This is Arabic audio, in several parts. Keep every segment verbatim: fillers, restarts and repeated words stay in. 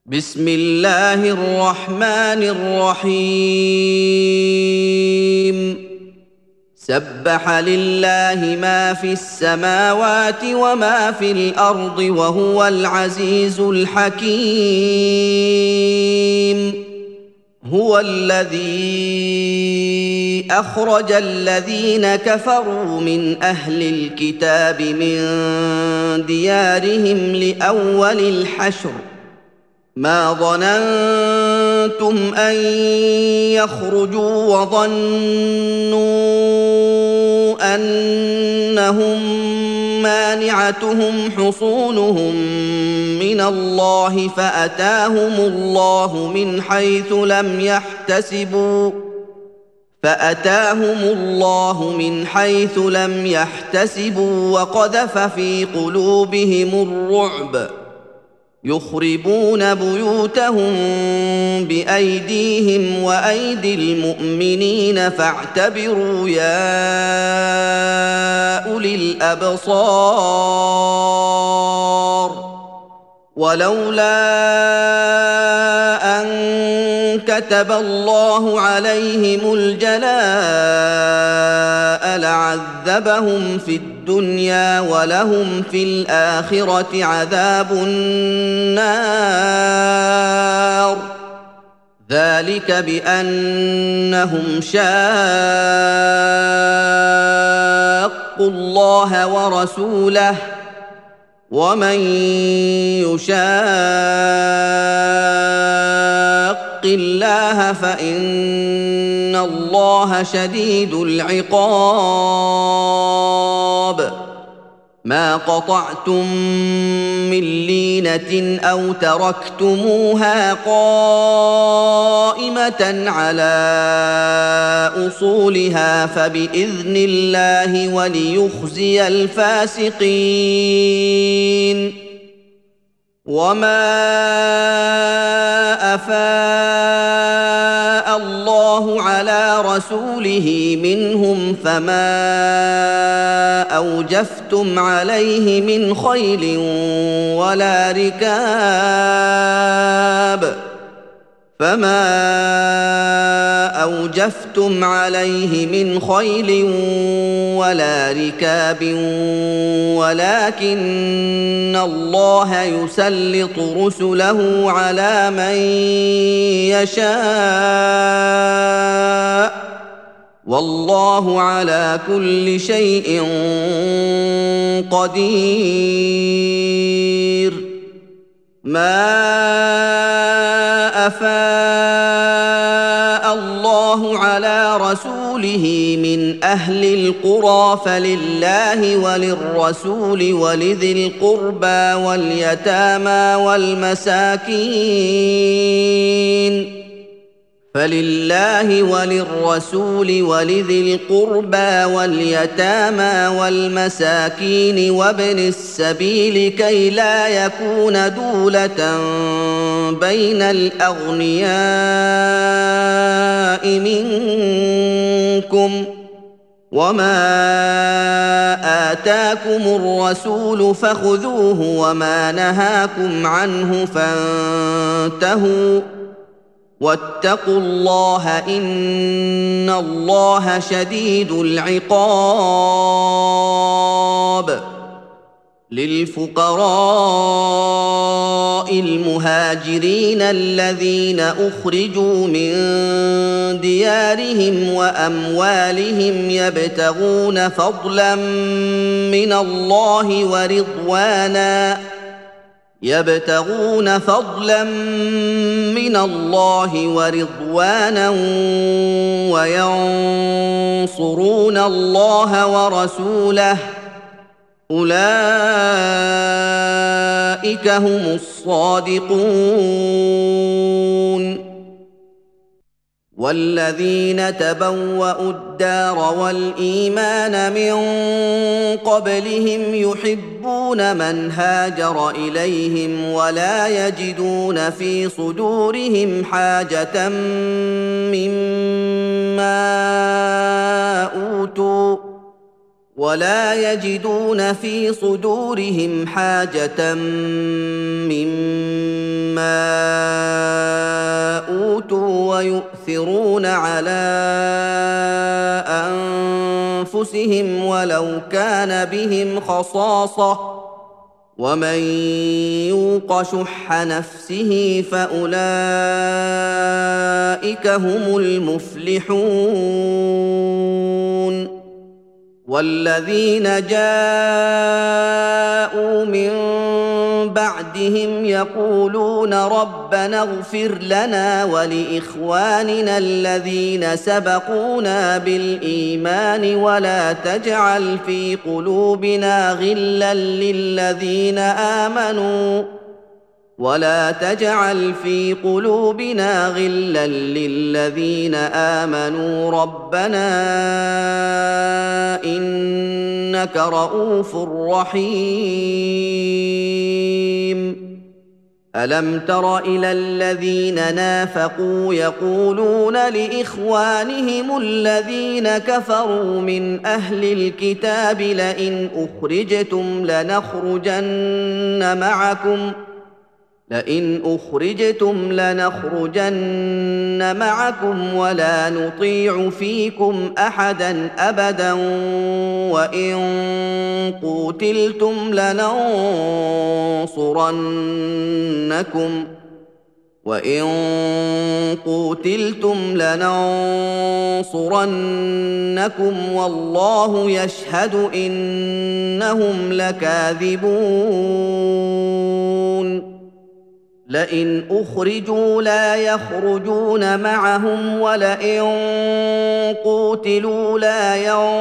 بسم الله الرحمن الرحيم سبح لله ما في السماوات وما في الارض وهو العزيز الحكيم هو الذي اخرج الذين كفروا من اهل الكتاب من ديارهم لاول الحشر ما ظننتم ان يخرجوا وظنوا انهم مانعتهم حصونهم من الله فاتاهم الله من حيث لم يحتسبوا فأتاهم الله من حيث لم يحتسبوا وقذف في قلوبهم الرعب يخربون بيوتهم بأيديهم وأيدي المؤمنين فاعتبروا يا أولي الأبصار ولولا أن كتب الله عليهم الجلاء لعذبهم في الدنيا ولهم في الآخرة عذاب النار ذلك بأنهم شاقوا الله ورسوله ومن يشاق الله فإن الله شديد العقاب ما قطعتم من لينة أو تركتموها قائمة على أصولها فبإذن الله وليخزي الفاسقين وما أفاء الله على رسوله منهم فما أوجفتم عليه من خيل ولا ركاب فما أوجفتم عليه من خيل ولا ركاب ولكن الله يسلط رسله على من يشاء والله على كل شيء قدير ما أفاء الله على رسوله من أهل القرى فلله وللرسول ولذي القربى واليتامى والمساكين فلله وللرسول ولذي القربى واليتامى والمساكين وابن السبيل كي لا يكون دولة بين الأغنياء منكم وما آتاكم الرسول فخذوه وما نهاكم عنه فانتهوا واتقوا الله إن الله شديد العقاب للفقراء المهاجرين الذين أخرجوا من ديارهم وأموالهم يبتغون فضلا من الله ورضوانا يبتغون فضلا من الله ورضوانا وينصرون الله ورسوله أولئك هم الصادقون والذين تبوأوا الدار والإيمان من قبلهم يحبون من هاجر إليهم ولا يجدون في صدورهم حاجة مما أوتوا ولا يجدون في صدورهم حاجة مما ويؤثرون على أنفسهم ولو كان بهم خصاصة ومن يوق شح نفسه فأولئك هم المفلحون والذين جاءوا من بعدهم يقولون ربنا اغفر لنا ولإخواننا الذين سبقونا بالإيمان ولا تجعل في قلوبنا غلا للذين آمنوا ولا تجعل في قلوبنا غلا للذين آمنوا ربنا إنك رؤوف رحيم ألم تر إلى الذين نافقوا يقولون لإخوانهم الذين كفروا من أهل الكتاب لئن أخرجتم لنخرجن معكم لئن أخرجتم لنخرجن معكم ولا نطيع فيكم أحدا أبدا وإن قوتلتم لننصرنكم وإن قوتلتم لننصرنكم والله يشهد إنهم لكاذبون لئن أخرجوا لا يخرجون معهم ولئن قوتلوا لا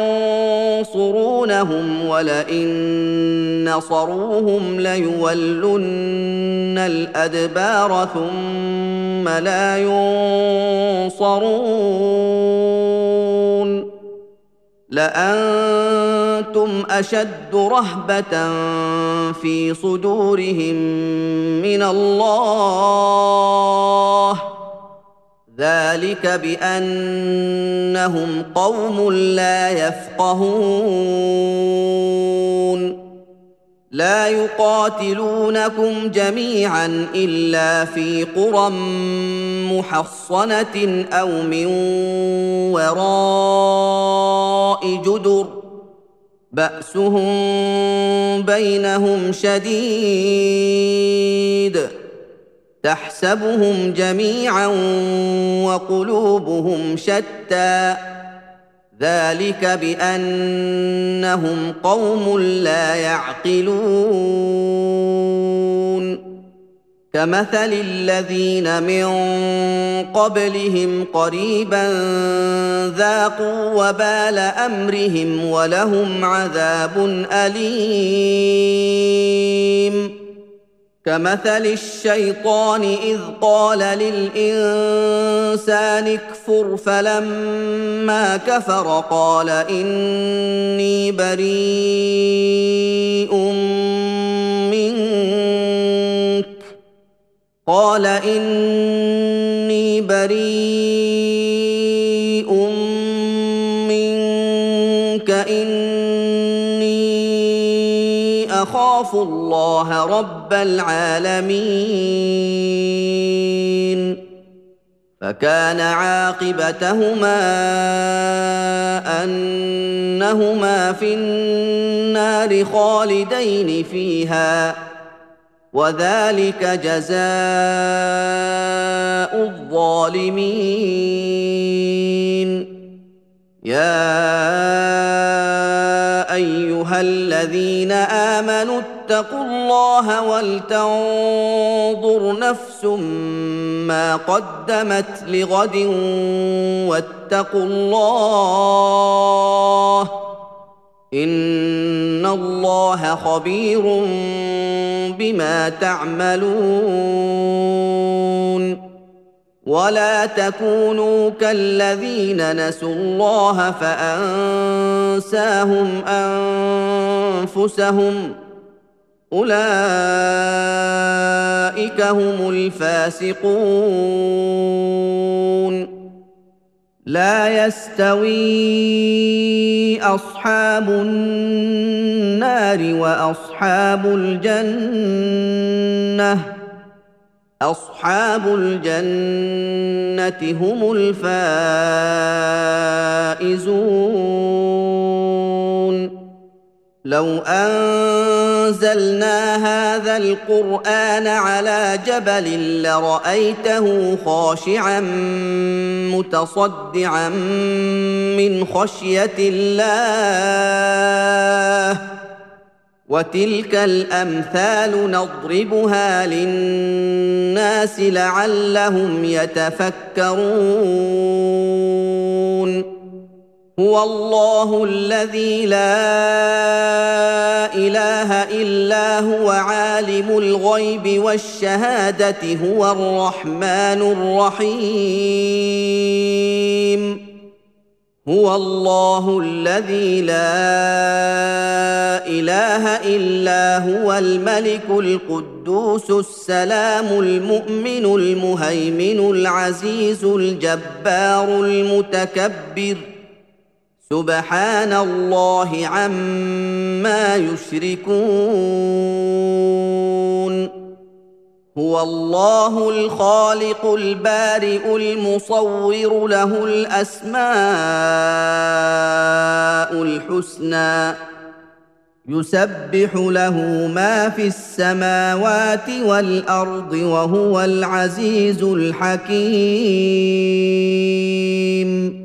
ينصرونهم ولئن نصروهم ليولن الأدبار ثم لا ينصرون لأنتم أشد رهبة في صدورهم من الله ذلك بأنهم قوم لا يفقهون لا يقاتلونكم جميعا إلا في قرى محصنة أو من وراء جدر بأسهم بينهم شديد تحسبهم جميعا وقلوبهم شتى ذلك بأنهم قوم لا يعقلون كمثل الذين من قبلهم قريبا ذاقوا وبال أمرهم ولهم عذاب أليم كمثل الشيطان إذ قال للإنسان اكفر فلما كفر قال إني بريء منك قال إني بريء منك إني أخاف الله رب العالمين فكان عاقبتهما أنهما في النار خالدين فيها وذلك جزاء الظالمين يا أيها الذين آمنوا اتقوا الله ولتنظر نفس ما قدمت لغد واتقوا الله إن الله خبير بما تعملون ولا تكونوا كالذين نسوا الله فأنساهم أنفسهم أولئك هم الفاسقون لا يستوي أصحاب النار وأصحاب الجنة اصحاب الجنه هم الفائزون. لو انزلنا هذا القران على جبل لرايته خاشعا متصدعا من خشيه الله، وتلك الامثال نضربها للناس لعلهم يتفكرون. هو الله الذي لا اله الا هو عالم الغيب والشهاده هو الرحمن الرحيم. هو الله الذي لا اله الا هو الملك القدوس السلام المؤمن المهيمن العزيز الجبار المتكبر، سبحان الله عما يشركون. هو الله الخالق البارئ المصور له الاسماء الحسنى، يسبح له ما في السماوات والارض وهو العزيز الحكيم.